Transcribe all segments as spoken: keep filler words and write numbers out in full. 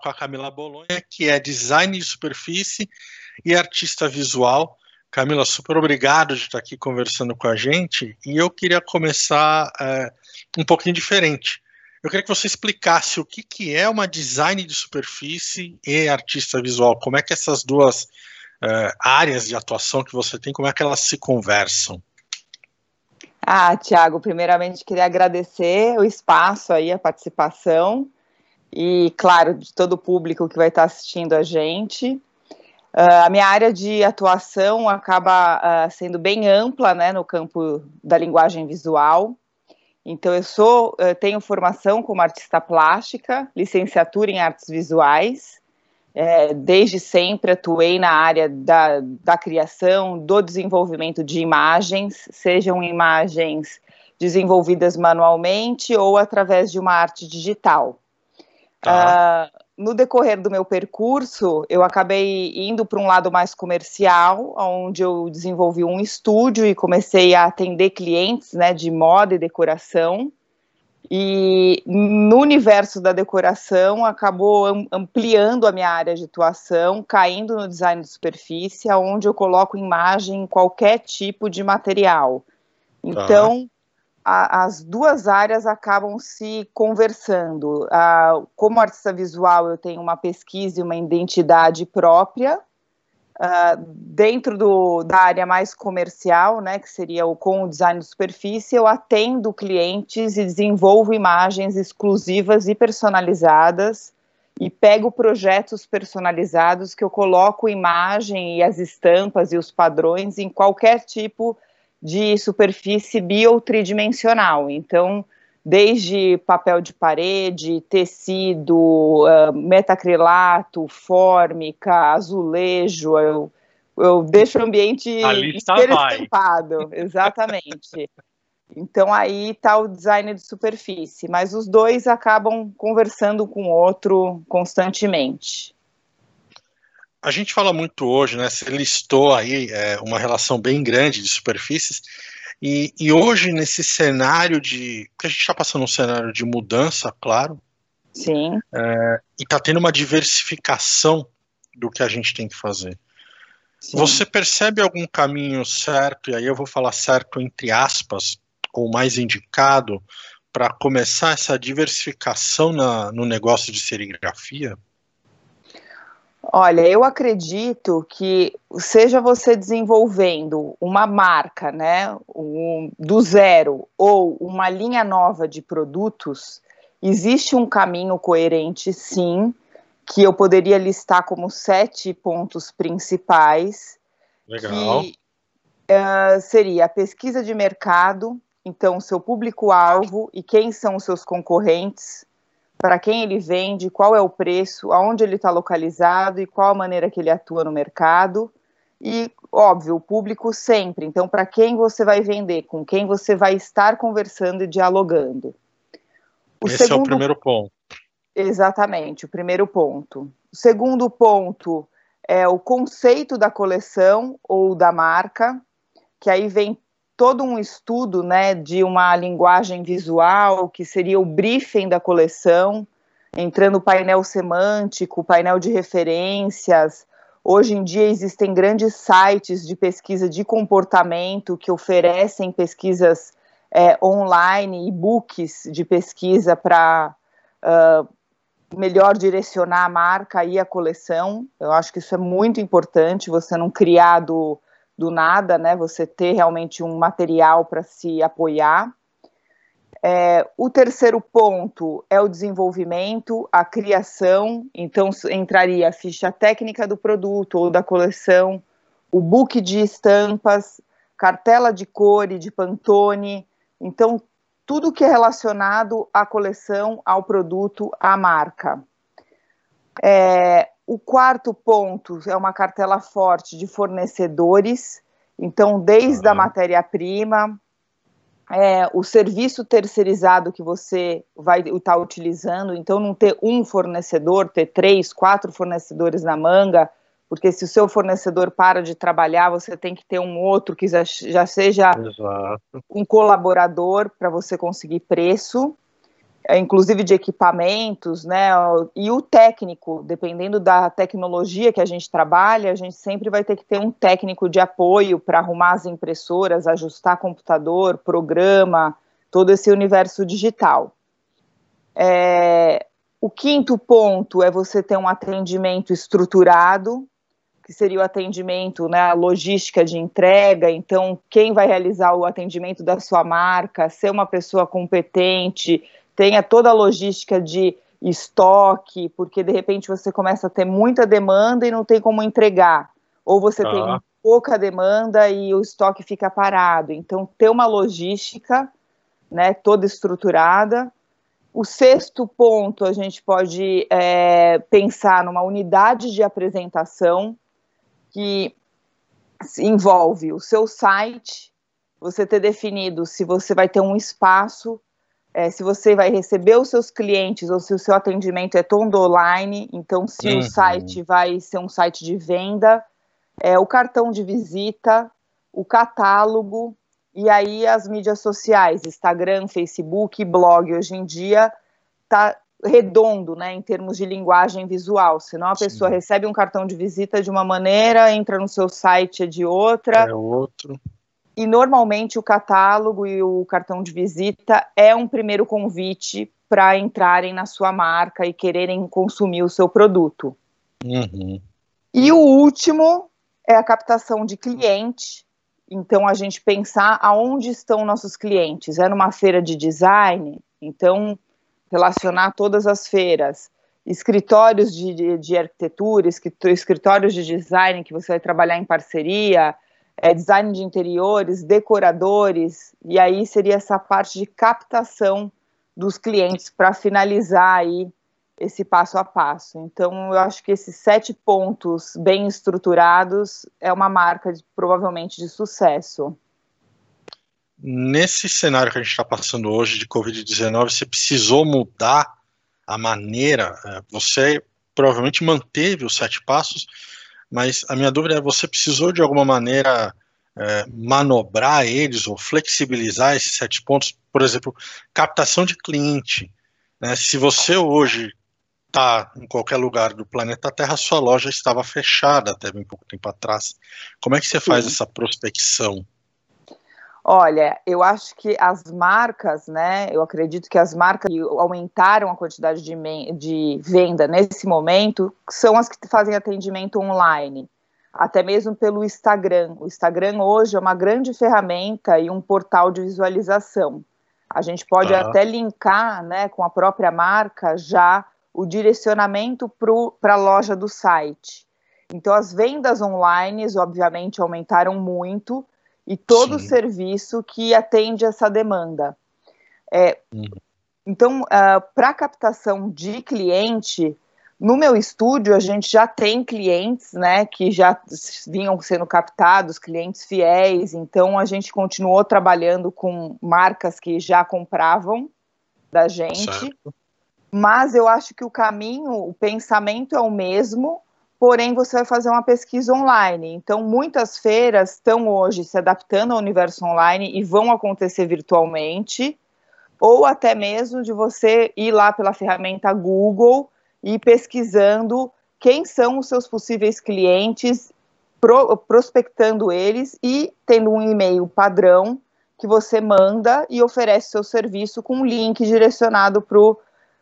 com a Camila Bolonha, que é design de superfície e artista visual. Camila, super obrigado de estar aqui conversando com a gente. E eu queria começar é, um pouquinho diferente. Eu queria que você explicasse o que, que é uma design de superfície e artista visual. Como é que essas duas é, áreas de atuação que você tem, como é que elas se conversam? Ah, Thiago, primeiramente queria agradecer o espaço aí, a participação e, claro, de todo o público que vai estar assistindo a gente. Uh, a minha área de atuação acaba uh, sendo bem ampla, né, no campo da linguagem visual. Então, eu sou, eu tenho formação como artista plástica, licenciatura em artes visuais. É, desde sempre atuei na área da, da criação, do desenvolvimento de imagens, sejam imagens desenvolvidas manualmente ou através de uma arte digital. Tá. Uh, no decorrer do meu percurso, eu acabei indo para um lado mais comercial, onde eu desenvolvi um estúdio e comecei a atender clientes, né, de moda e decoração. E no universo da decoração acabou ampliando a minha área de atuação, caindo no design de superfície, onde eu coloco imagem em qualquer tipo de material. Então, tá. a, as duas áreas acabam se conversando. Ah, como artista visual, eu tenho uma pesquisa e uma identidade própria. Uh, dentro do, da área mais comercial, né, que seria o com o design de superfície, eu atendo clientes e desenvolvo imagens exclusivas e personalizadas e pego projetos personalizados que eu coloco imagem e as estampas e os padrões em qualquer tipo de superfície bi ou tridimensional. Então, desde papel de parede, tecido, uh, metacrilato, fórmica, azulejo, eu, eu deixo o ambiente inteiro estampado, exatamente. Então aí está o design de superfície, mas os dois acabam conversando com o outro constantemente. A gente fala muito hoje, né? Você listou aí é, uma relação bem grande de superfícies. E, e hoje, nesse cenário de... Porque a gente está passando um cenário de mudança, claro. Sim. É, e está tendo uma diversificação do que a gente tem que fazer. Sim. Você percebe algum caminho certo, e aí eu vou falar certo entre aspas, ou mais indicado, para começar essa diversificação na, no negócio de serigrafia? Olha, eu acredito que seja você desenvolvendo uma marca, né, um, do zero, ou uma linha nova de produtos, existe um caminho coerente, sim, que eu poderia listar como sete pontos principais. Legal. Que uh, seria a pesquisa de mercado, então, seu público-alvo e quem são os seus concorrentes, para quem ele vende, qual é o preço, aonde ele está localizado e qual a maneira que ele atua no mercado. E, óbvio, o público sempre. Então, para quem você vai vender, com quem você vai estar conversando e dialogando. O Esse segundo... é o primeiro ponto. Exatamente, o primeiro ponto. O segundo ponto é o conceito da coleção ou da marca, que aí vem todo um estudo, né, de uma linguagem visual, que seria o briefing da coleção, entrando o painel semântico, painel de referências. Hoje em dia existem grandes sites de pesquisa de comportamento que oferecem pesquisas é, online, e-books de pesquisa para uh, melhor direcionar a marca e a coleção. Eu acho que isso é muito importante, você não criar do do nada, né, você ter realmente um material para se apoiar. É, o terceiro ponto é o desenvolvimento, a criação, então entraria a ficha técnica do produto ou da coleção, o book de estampas, cartela de cor e de Pantone, então tudo que é relacionado à coleção, ao produto, à marca. É, o quarto ponto é uma cartela forte de fornecedores, então desde uhum. a matéria-prima, é, o serviço terceirizado que você vai estar utilizando, então não ter um fornecedor, ter três, quatro fornecedores na manga, porque se o seu fornecedor para de trabalhar, você tem que ter um outro que já, já seja Exato. um colaborador para você conseguir preço. inclusive de equipamentos, né, e o técnico, dependendo da tecnologia que a gente trabalha, a gente sempre vai ter que ter um técnico de apoio para arrumar as impressoras, ajustar computador, programa, todo esse universo digital. É, o quinto ponto é você ter um atendimento estruturado, que seria o atendimento, né, a logística de entrega. Então, quem vai realizar o atendimento da sua marca, ser uma pessoa competente, tenha toda a logística de estoque, porque de repente você começa a ter muita demanda e não tem como entregar, ou você ah. tem pouca demanda e o estoque fica parado. Então, ter uma logística, né, toda estruturada. O sexto ponto, a gente pode é, pensar numa unidade de apresentação, que envolve o seu site, você ter definido se você vai ter um espaço, é, se você vai receber os seus clientes ou se o seu atendimento é todo online, então se uhum. o site vai ser um site de venda, é, o cartão de visita, o catálogo, e aí as mídias sociais, Instagram, Facebook, blog, hoje em dia está redondo, né, em termos de linguagem visual, senão a pessoa Sim. recebe um cartão de visita de uma maneira, entra no seu site de outra, é outro. E normalmente o catálogo e o cartão de visita é um primeiro convite para entrarem na sua marca e quererem consumir o seu produto. Uhum. E o último é a captação de cliente. Então, a gente pensar aonde estão nossos clientes. É numa feira de design? Então, relacionar todas as feiras. Escritórios de, de, de arquitetura, escritórios de design que você vai trabalhar em parceria, é, design de interiores, decoradores, e aí seria essa parte de captação dos clientes para finalizar aí esse passo a passo. Então, eu acho que esses sete pontos bem estruturados é uma marca de, provavelmente de sucesso. Nesse cenário que a gente está passando hoje de covid dezenove, você precisou mudar a maneira, você provavelmente manteve os sete passos, mas a minha dúvida é, você precisou de alguma maneira é, manobrar eles ou flexibilizar esses sete pontos? Por exemplo, captação de cliente, né? Se você hoje está em qualquer lugar do planeta Terra, sua loja estava fechada até bem pouco tempo atrás. Como é que você Sim. faz essa prospecção? Olha, eu acho que as marcas, né, eu acredito que as marcas que aumentaram a quantidade de, de venda nesse momento são as que fazem atendimento online, até mesmo pelo Instagram. O Instagram hoje é uma grande ferramenta e um portal de visualização. A gente pode ah. até linkar, né, com a própria marca já o direcionamento para a loja do site. Então, as vendas online, obviamente, aumentaram muito, e todo o serviço que atende essa demanda. É, uhum. Então, uh, para captação de cliente, no meu estúdio a gente já tem clientes, né, que já vinham sendo captados, clientes fiéis, então a gente continuou trabalhando com marcas que já compravam da gente, certo. Mas eu acho que o caminho, o pensamento é o mesmo, porém você vai fazer uma pesquisa online. Então, muitas feiras estão hoje se adaptando ao universo online e vão acontecer virtualmente, ou até mesmo de você ir lá pela ferramenta Google e ir pesquisando quem são os seus possíveis clientes, pro, prospectando eles e tendo um e-mail padrão que você manda e oferece seu serviço com um link direcionado para o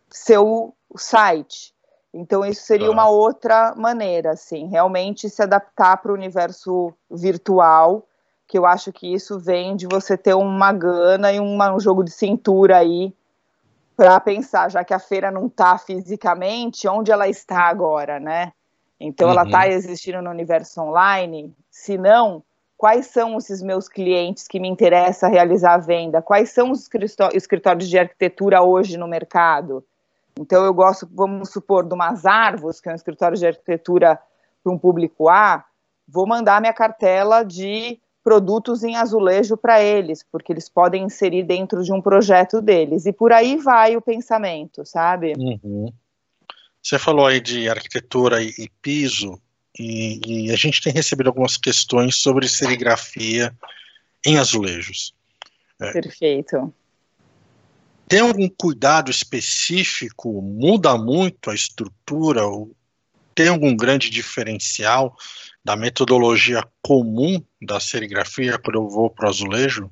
seu site. Então, isso seria uma outra maneira, assim, realmente se adaptar para o universo virtual, que eu acho que isso vem de você ter uma gana e uma, um jogo de cintura aí para pensar, já que a feira não está fisicamente, onde ela está agora, né? Então, uhum. ela está existindo no universo online? Se não, quais são esses meus clientes que me interessa realizar a venda? Quais são os escritórios de arquitetura hoje no mercado? Então, eu gosto, vamos supor, de umas Arvos, que é um escritório de arquitetura para um público A, vou mandar minha cartela de produtos em azulejo para eles, porque eles podem inserir dentro de um projeto deles. E por aí vai o pensamento, sabe? Uhum. Você falou aí de arquitetura e, e piso, e, e a gente tem recebido algumas questões sobre serigrafia em azulejos. Perfeito. tem algum cuidado específico? Muda muito a estrutura? Ou tem algum grande diferencial da metodologia comum da serigrafia quando eu vou para o azulejo?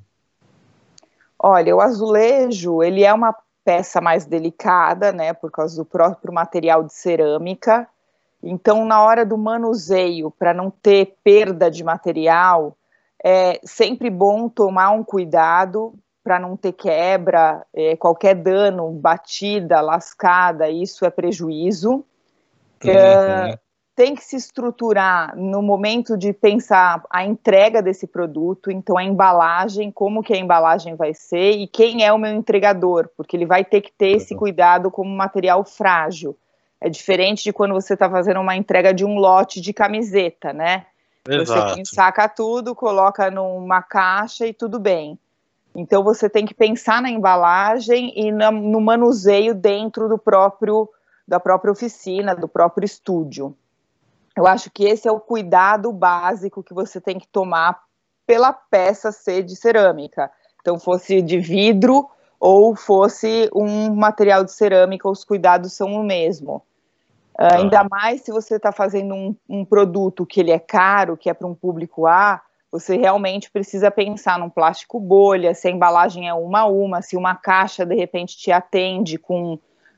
Olha, o azulejo, ele é uma peça mais delicada, né, por causa do próprio material de cerâmica. Então, na hora do manuseio, para não ter perda de material, é sempre bom tomar um cuidado para não ter quebra, é, qualquer dano, batida, lascada, isso é prejuízo. Uhum. É, tem que se estruturar no momento de pensar a entrega desse produto, então a embalagem, como que a embalagem vai ser e quem é o meu entregador, porque ele vai ter que ter esse cuidado como material frágil. É diferente de quando você está fazendo uma entrega de um lote de camiseta, né? Exato. Você ensaca tudo, coloca numa caixa e tudo bem. Então você tem que pensar na embalagem e no manuseio dentro do próprio, da própria oficina, do próprio estúdio. Eu acho que esse é o cuidado básico que você tem que tomar pela peça ser de cerâmica. Então, fosse de vidro ou fosse um material de cerâmica, os cuidados são o mesmo. Uh, Tá. Ainda mais se você está fazendo um, um produto que ele é caro, que é para um público A, você realmente precisa pensar num plástico bolha, se a embalagem é uma a uma, se uma caixa de repente te atende com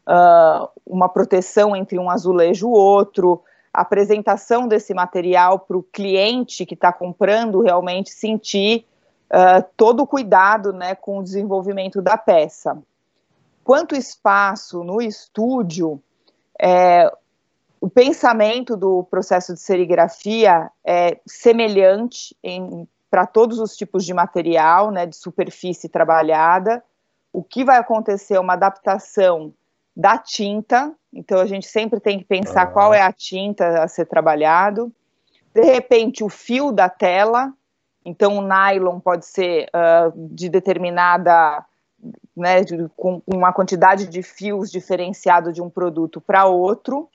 uh, uma proteção entre um azulejo e outro, a apresentação desse material para o cliente que está comprando realmente sentir uh, todo o cuidado, né, com o desenvolvimento da peça. Quanto espaço no estúdio, é, o pensamento do processo de serigrafia é semelhante para todos os tipos de material, né, de superfície trabalhada. O que vai acontecer é uma adaptação da tinta, então a gente sempre tem que pensar ah. qual é a tinta a ser trabalhado. De repente, o fio da tela, então o nylon pode ser uh, de determinada, né, de, com uma quantidade de fios diferenciado de um produto para outro.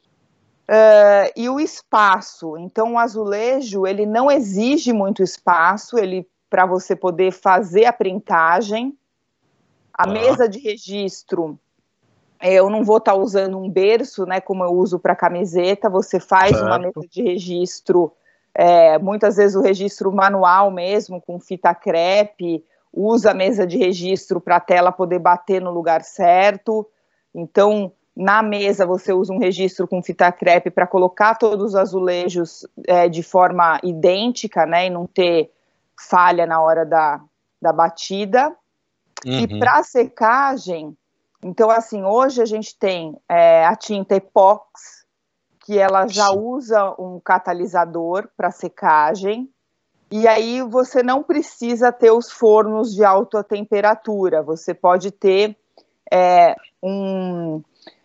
Uh, e o espaço, então o azulejo, ele não exige muito espaço, ele para você poder fazer a printagem. A ah. mesa de registro, eu não vou estar tá usando um berço, né, como eu uso para camiseta, você faz certo. Uma mesa de registro, é, muitas vezes o registro manual mesmo, com fita crepe, usa a mesa de registro para a tela poder bater no lugar certo. Então, na mesa você usa um registro com fita crepe para colocar todos os azulejos é, de forma idêntica, né, e não ter falha na hora da, da batida. Uhum. E para secagem, então assim, hoje a gente tem é, a tinta epóxi, que ela já Sim. usa um catalisador para secagem, e aí você não precisa ter os fornos de alta temperatura, você pode ter é, um...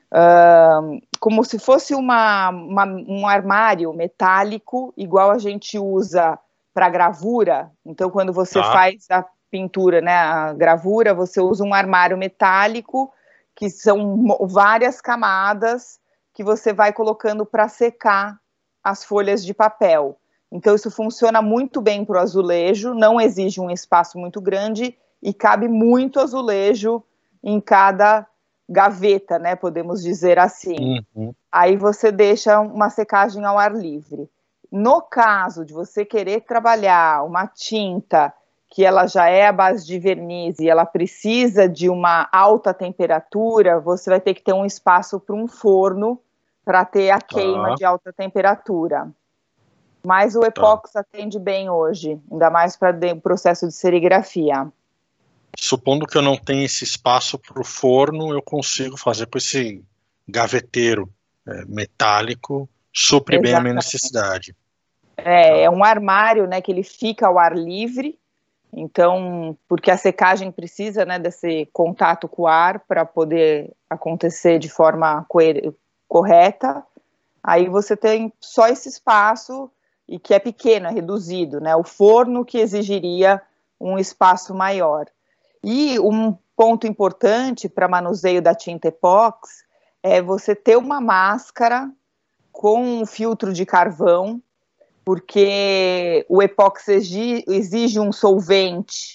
Uh, como se fosse uma, uma, um armário metálico, igual a gente usa para gravura. Então, quando você ah. faz a pintura, né, a gravura, você usa um armário metálico, que são várias camadas que você vai colocando para secar as folhas de papel. Então, isso funciona muito bem para o azulejo, não exige um espaço muito grande e cabe muito azulejo em cada gaveta, né, podemos dizer assim. Uhum. Aí você deixa uma secagem ao ar livre. No caso de você querer trabalhar uma tinta que ela já é à base de verniz e ela precisa de uma alta temperatura, você vai ter que ter um espaço para um forno para ter a queima ah. de alta temperatura. Mas o epóxi ah. atende bem hoje, ainda mais para o processo de serigrafia. Supondo que eu não tenha esse espaço para o forno, eu consigo fazer com esse gaveteiro é, metálico, supre Exatamente. Bem a minha necessidade. É, é um armário, né, que ele fica ao ar livre, então, porque a secagem precisa, né, desse contato com o ar para poder acontecer de forma correta. Aí você tem só esse espaço, e que é pequeno, é reduzido, né, o forno que exigiria um espaço maior. E um ponto importante para manuseio da tinta epóxi é você ter uma máscara com um filtro de carvão, porque o epóxi exige um solvente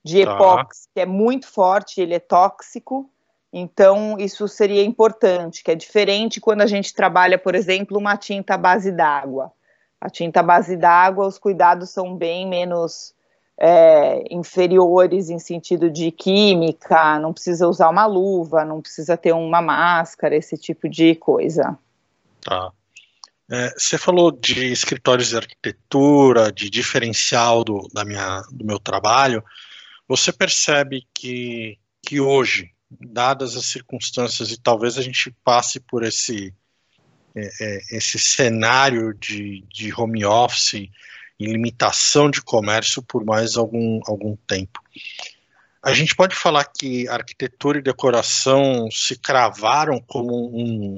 de epóxi, que é muito forte, ele é tóxico, então isso seria importante, que é diferente quando a gente trabalha, por exemplo, uma tinta à base d'água. A tinta à base d'água, os cuidados são bem menos é, inferiores em sentido de química, não precisa usar uma luva, não precisa ter uma máscara, esse tipo de coisa. Tá. É, você falou de escritórios de arquitetura, de diferencial do, da minha, do meu trabalho. Você percebe que, que hoje, dadas as circunstâncias, e talvez a gente passe por esse, é, é, esse cenário de, de home office e limitação de comércio por mais algum, algum tempo. A gente pode falar que arquitetura e decoração se cravaram como um,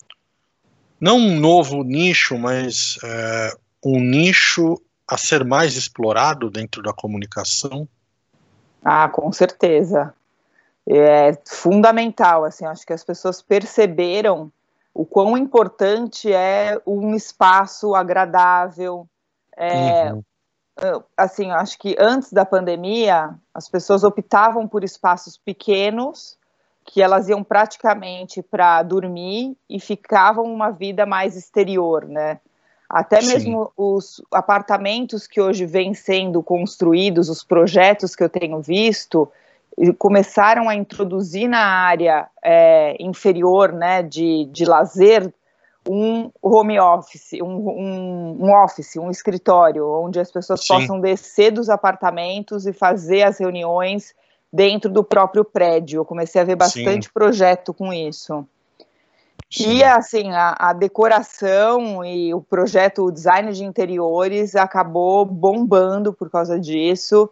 não um novo nicho, mas é, um nicho a ser mais explorado dentro da comunicação? Ah, com certeza. É fundamental, assim, acho que as pessoas perceberam o quão importante é um espaço agradável. É, Uhum. assim, acho que antes da pandemia, as pessoas optavam por espaços pequenos, que elas iam praticamente para dormir e ficavam uma vida mais exterior, né? Até Sim. mesmo os apartamentos que hoje vêm sendo construídos, os projetos que eu tenho visto, começaram a introduzir na área é, inferior, né, de, de lazer, um home office, um, um, um office, um escritório, onde as pessoas Sim. possam descer dos apartamentos e fazer as reuniões dentro do próprio prédio. Eu comecei a ver bastante Sim. projeto com isso. Sim. E assim, a, a decoração e o projeto, o design de interiores acabou bombando por causa disso.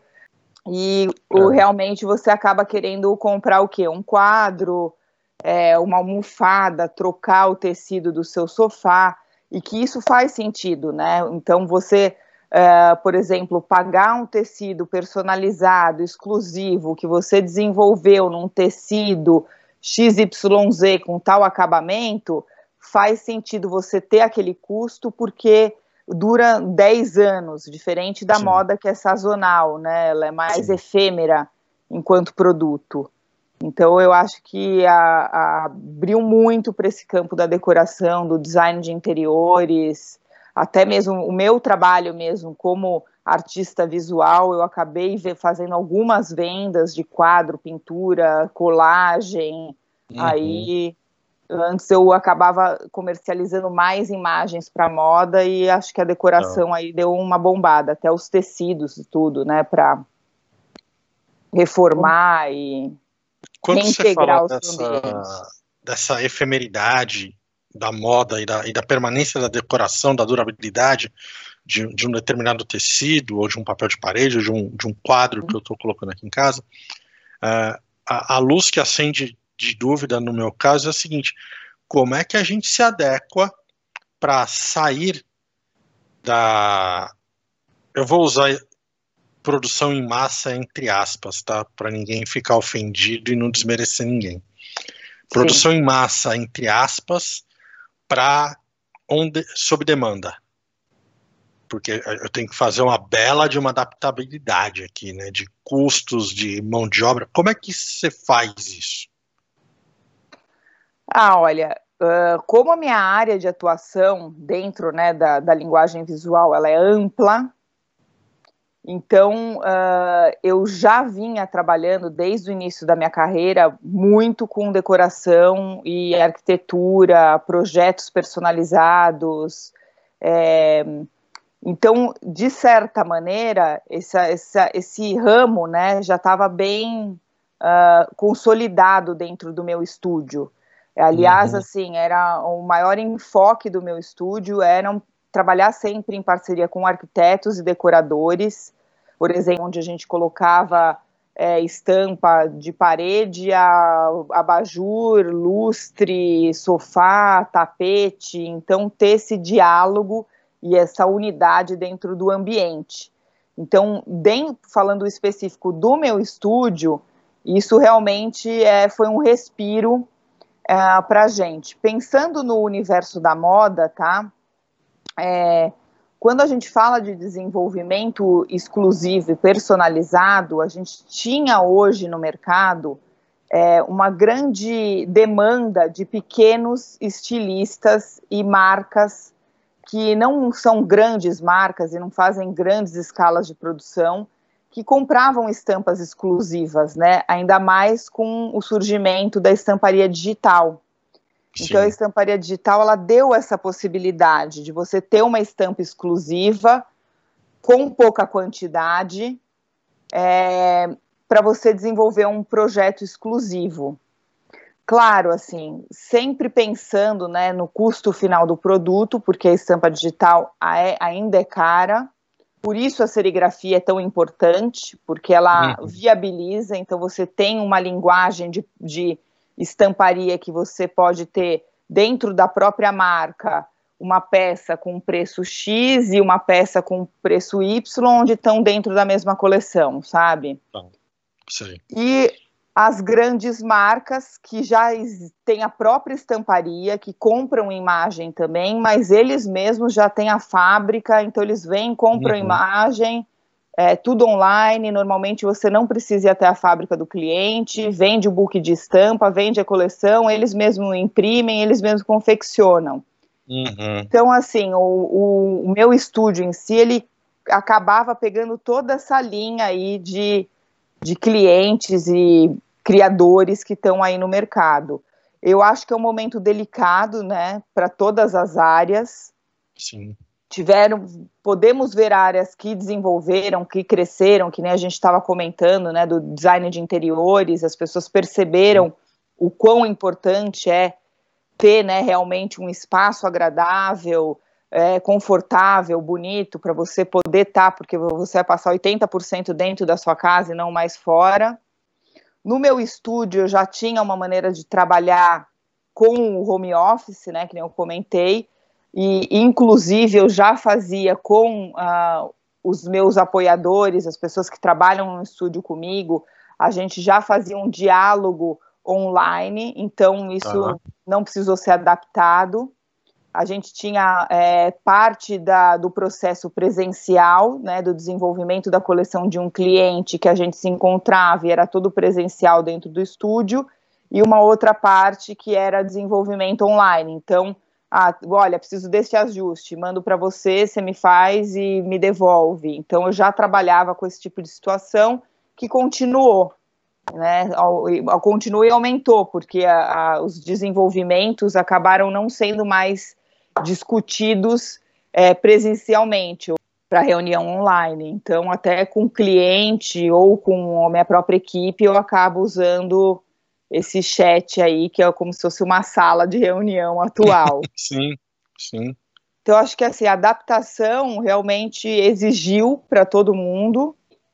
E o, É. realmente você acaba querendo comprar o quê? Um quadro, é, uma almofada, trocar o tecido do seu sofá, e que isso faz sentido, né? Então você, é, por exemplo, pagar um tecido personalizado, exclusivo, que você desenvolveu num tecido X Y Z com tal acabamento, faz sentido você ter aquele custo, porque dura dez anos, diferente da Sim. moda que é sazonal, né? Ela é mais Sim. efêmera enquanto produto. Então eu acho que a, a, abriu muito para esse campo da decoração, do design de interiores, até mesmo o meu trabalho mesmo como artista visual, eu acabei fazendo algumas vendas de quadro, pintura, colagem, Uhum. aí antes eu acabava comercializando mais imagens para moda, e acho que a decoração aí deu uma bombada, até os tecidos e tudo, né, para reformar e Quando você fala reintegrar o seu ambiente. dessa, dessa efemeridade da moda e da, e da permanência da decoração, da durabilidade de, de um determinado tecido, ou de um papel de parede, ou de um, de um quadro que eu estou colocando aqui em casa, uh, a, a luz que acende de dúvida no meu caso é a seguinte: como é que a gente se adequa para sair da... Eu vou usar produção em massa entre aspas, tá? Para ninguém ficar ofendido e não desmerecer ninguém. Produção Sim. em massa, entre aspas, para onde, sob demanda. Porque eu tenho que fazer uma bela de uma adaptabilidade aqui, né? De custos, de mão de obra. Como é que você faz isso? Ah, olha, uh, como a minha área de atuação dentro, né, da, da linguagem visual, ela é ampla, então uh, eu já vinha trabalhando desde o início da minha carreira muito com decoração e arquitetura, projetos personalizados. É, então, de certa maneira, essa, essa, esse ramo, né, já estava bem uh, consolidado dentro do meu estúdio. Aliás, Uhum. assim, era o maior enfoque do meu estúdio era trabalhar sempre em parceria com arquitetos e decoradores, por exemplo, onde a gente colocava é, estampa de parede, a, abajur, lustre, sofá, tapete. Então, ter esse diálogo e essa unidade dentro do ambiente. Então, bem, falando específico do meu estúdio, isso realmente é, foi um respiro é, para a gente. Pensando no universo da moda, tá? É, quando a gente fala de desenvolvimento exclusivo e personalizado, a gente tinha hoje no mercado é, uma grande demanda de pequenos estilistas e marcas que não são grandes marcas e não fazem grandes escalas de produção, que compravam estampas exclusivas, né? Ainda mais com o surgimento da estamparia digital. Sim. Então, a estamparia digital, ela deu essa possibilidade de você ter uma estampa exclusiva com pouca quantidade é, para você desenvolver um projeto exclusivo. Claro, assim, sempre pensando, né, no custo final do produto, porque a estampa digital ainda é cara, por isso a serigrafia é tão importante, porque ela uhum. viabiliza, então você tem uma linguagem de, de estamparia que você pode ter dentro da própria marca, uma peça com preço X e uma peça com preço Y, onde estão dentro da mesma coleção, sabe? Sim. E as grandes marcas que já têm a própria estamparia, que compram imagem também, mas eles mesmos já têm a fábrica, então eles vêm, compram uhum. imagem, é, tudo online, normalmente você não precisa ir até a fábrica do cliente, vende o book de estampa, vende a coleção, eles mesmos imprimem, eles mesmos confeccionam. Uhum. Então, assim, o, o, o meu estúdio em si, ele acabava pegando toda essa linha aí de, de clientes e criadores que estão aí no mercado. Eu acho que é um momento delicado, né, para todas as áreas. Sim. Tiveram, podemos ver áreas que desenvolveram, que cresceram, que nem a gente estava comentando, né, do design de interiores, as pessoas perceberam Sim. o quão importante é ter, né, realmente um espaço agradável, é, confortável, bonito, para você poder estar, tá, porque você vai passar oitenta por cento dentro da sua casa e não mais fora. No meu estúdio, eu já tinha uma maneira de trabalhar com o home office, né, que nem eu comentei, e inclusive eu já fazia com uh, os meus apoiadores, as pessoas que trabalham no estúdio comigo, a gente já fazia um diálogo online, então isso uhum. não precisou ser adaptado. A gente tinha é, parte da, do processo presencial, né, do desenvolvimento da coleção de um cliente que a gente se encontrava e era todo presencial dentro do estúdio, e uma outra parte que era desenvolvimento online. Então, ah, olha, preciso desse ajuste, mando para você, você me faz e me devolve. Então, eu já trabalhava com esse tipo de situação que continuou. Né, continua e aumentou, porque a, a, os desenvolvimentos acabaram não sendo mais discutidos é, presencialmente para reunião online. Então, até com cliente ou com a minha própria equipe, eu acabo usando esse chat aí, que é como se fosse uma sala de reunião atual. Sim, sim. Então, acho que assim, a adaptação realmente exigiu para todo mundo.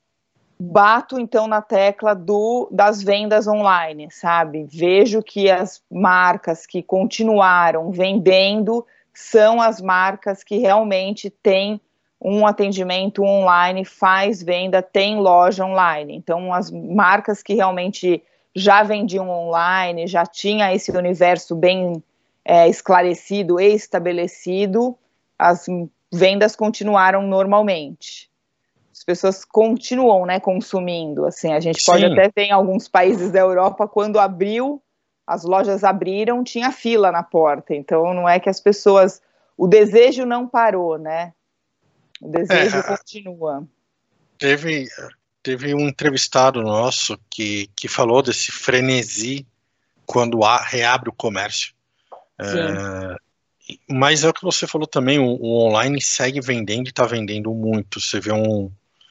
Bato, então, na tecla do, das vendas online, sabe? Vejo que as marcas que continuaram vendendo são as marcas que realmente têm um atendimento online, faz venda, tem loja online. Então, as marcas que realmente já vendiam online, já tinha esse universo bem é, esclarecido e estabelecido, as vendas continuaram normalmente. As pessoas continuam, né, consumindo, assim, a gente Sim. pode até ter em alguns países da Europa, quando abriu, as lojas abriram, tinha fila na porta, então não é que as pessoas, o desejo não parou, né, o desejo é, continua. Teve, teve um entrevistado nosso que, que falou desse frenesi quando há, reabre o comércio. É, mas é o que você falou também, o, o online segue vendendo e está vendendo muito, você vê um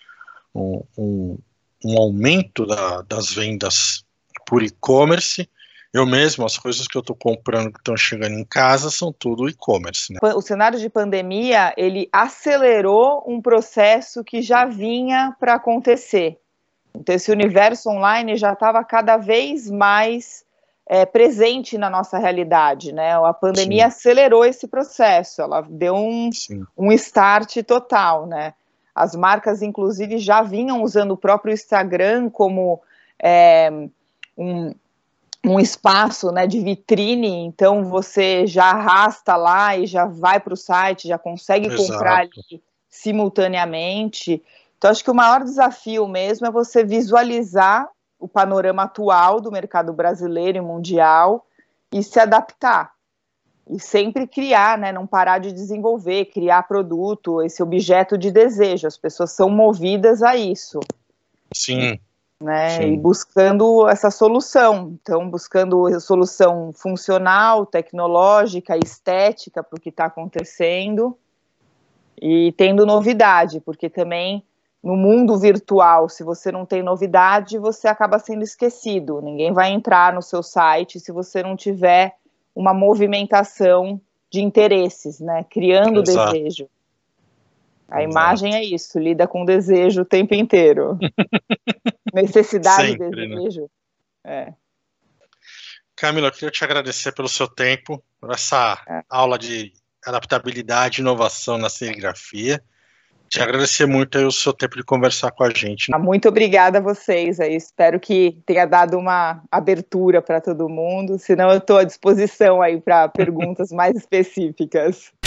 Um, um, um aumento da, das vendas por e-commerce. Eu mesmo, as coisas que eu estou comprando que estão chegando em casa são tudo e-commerce, né? O cenário de pandemia, ele acelerou um processo que já vinha para acontecer. Então, esse universo online já estava cada vez mais é, presente na nossa realidade, né? A pandemia Sim. acelerou esse processo, ela deu um, um start total, né? As marcas, inclusive, já vinham usando o próprio Instagram como é, um, um espaço, né, de vitrine, então você já arrasta lá e já vai para o site, já consegue Exato. comprar ali simultaneamente. Então, acho que o maior desafio mesmo é você visualizar o panorama atual do mercado brasileiro e mundial e se adaptar. E sempre criar, né, não parar de desenvolver, criar produto, esse objeto de desejo. As pessoas são movidas a isso. Sim. Né, Sim. e buscando essa solução, então buscando a solução funcional, tecnológica, estética para o que está acontecendo e tendo novidade, porque também no mundo virtual, se você não tem novidade, você acaba sendo esquecido, ninguém vai entrar no seu site se você não tiver uma movimentação de interesses, né, criando Exato. desejo. A imagem é isso, lida com desejo o tempo inteiro. Necessidade e desejo. Né? É. Camila, eu queria te agradecer pelo seu tempo, por essa é. aula de adaptabilidade e inovação na serigrafia. Te agradecer muito aí o seu tempo de conversar com a gente. Muito obrigada a vocês. Aí. Espero que tenha dado uma abertura para todo mundo. Senão eu estou à disposição aí para perguntas mais específicas.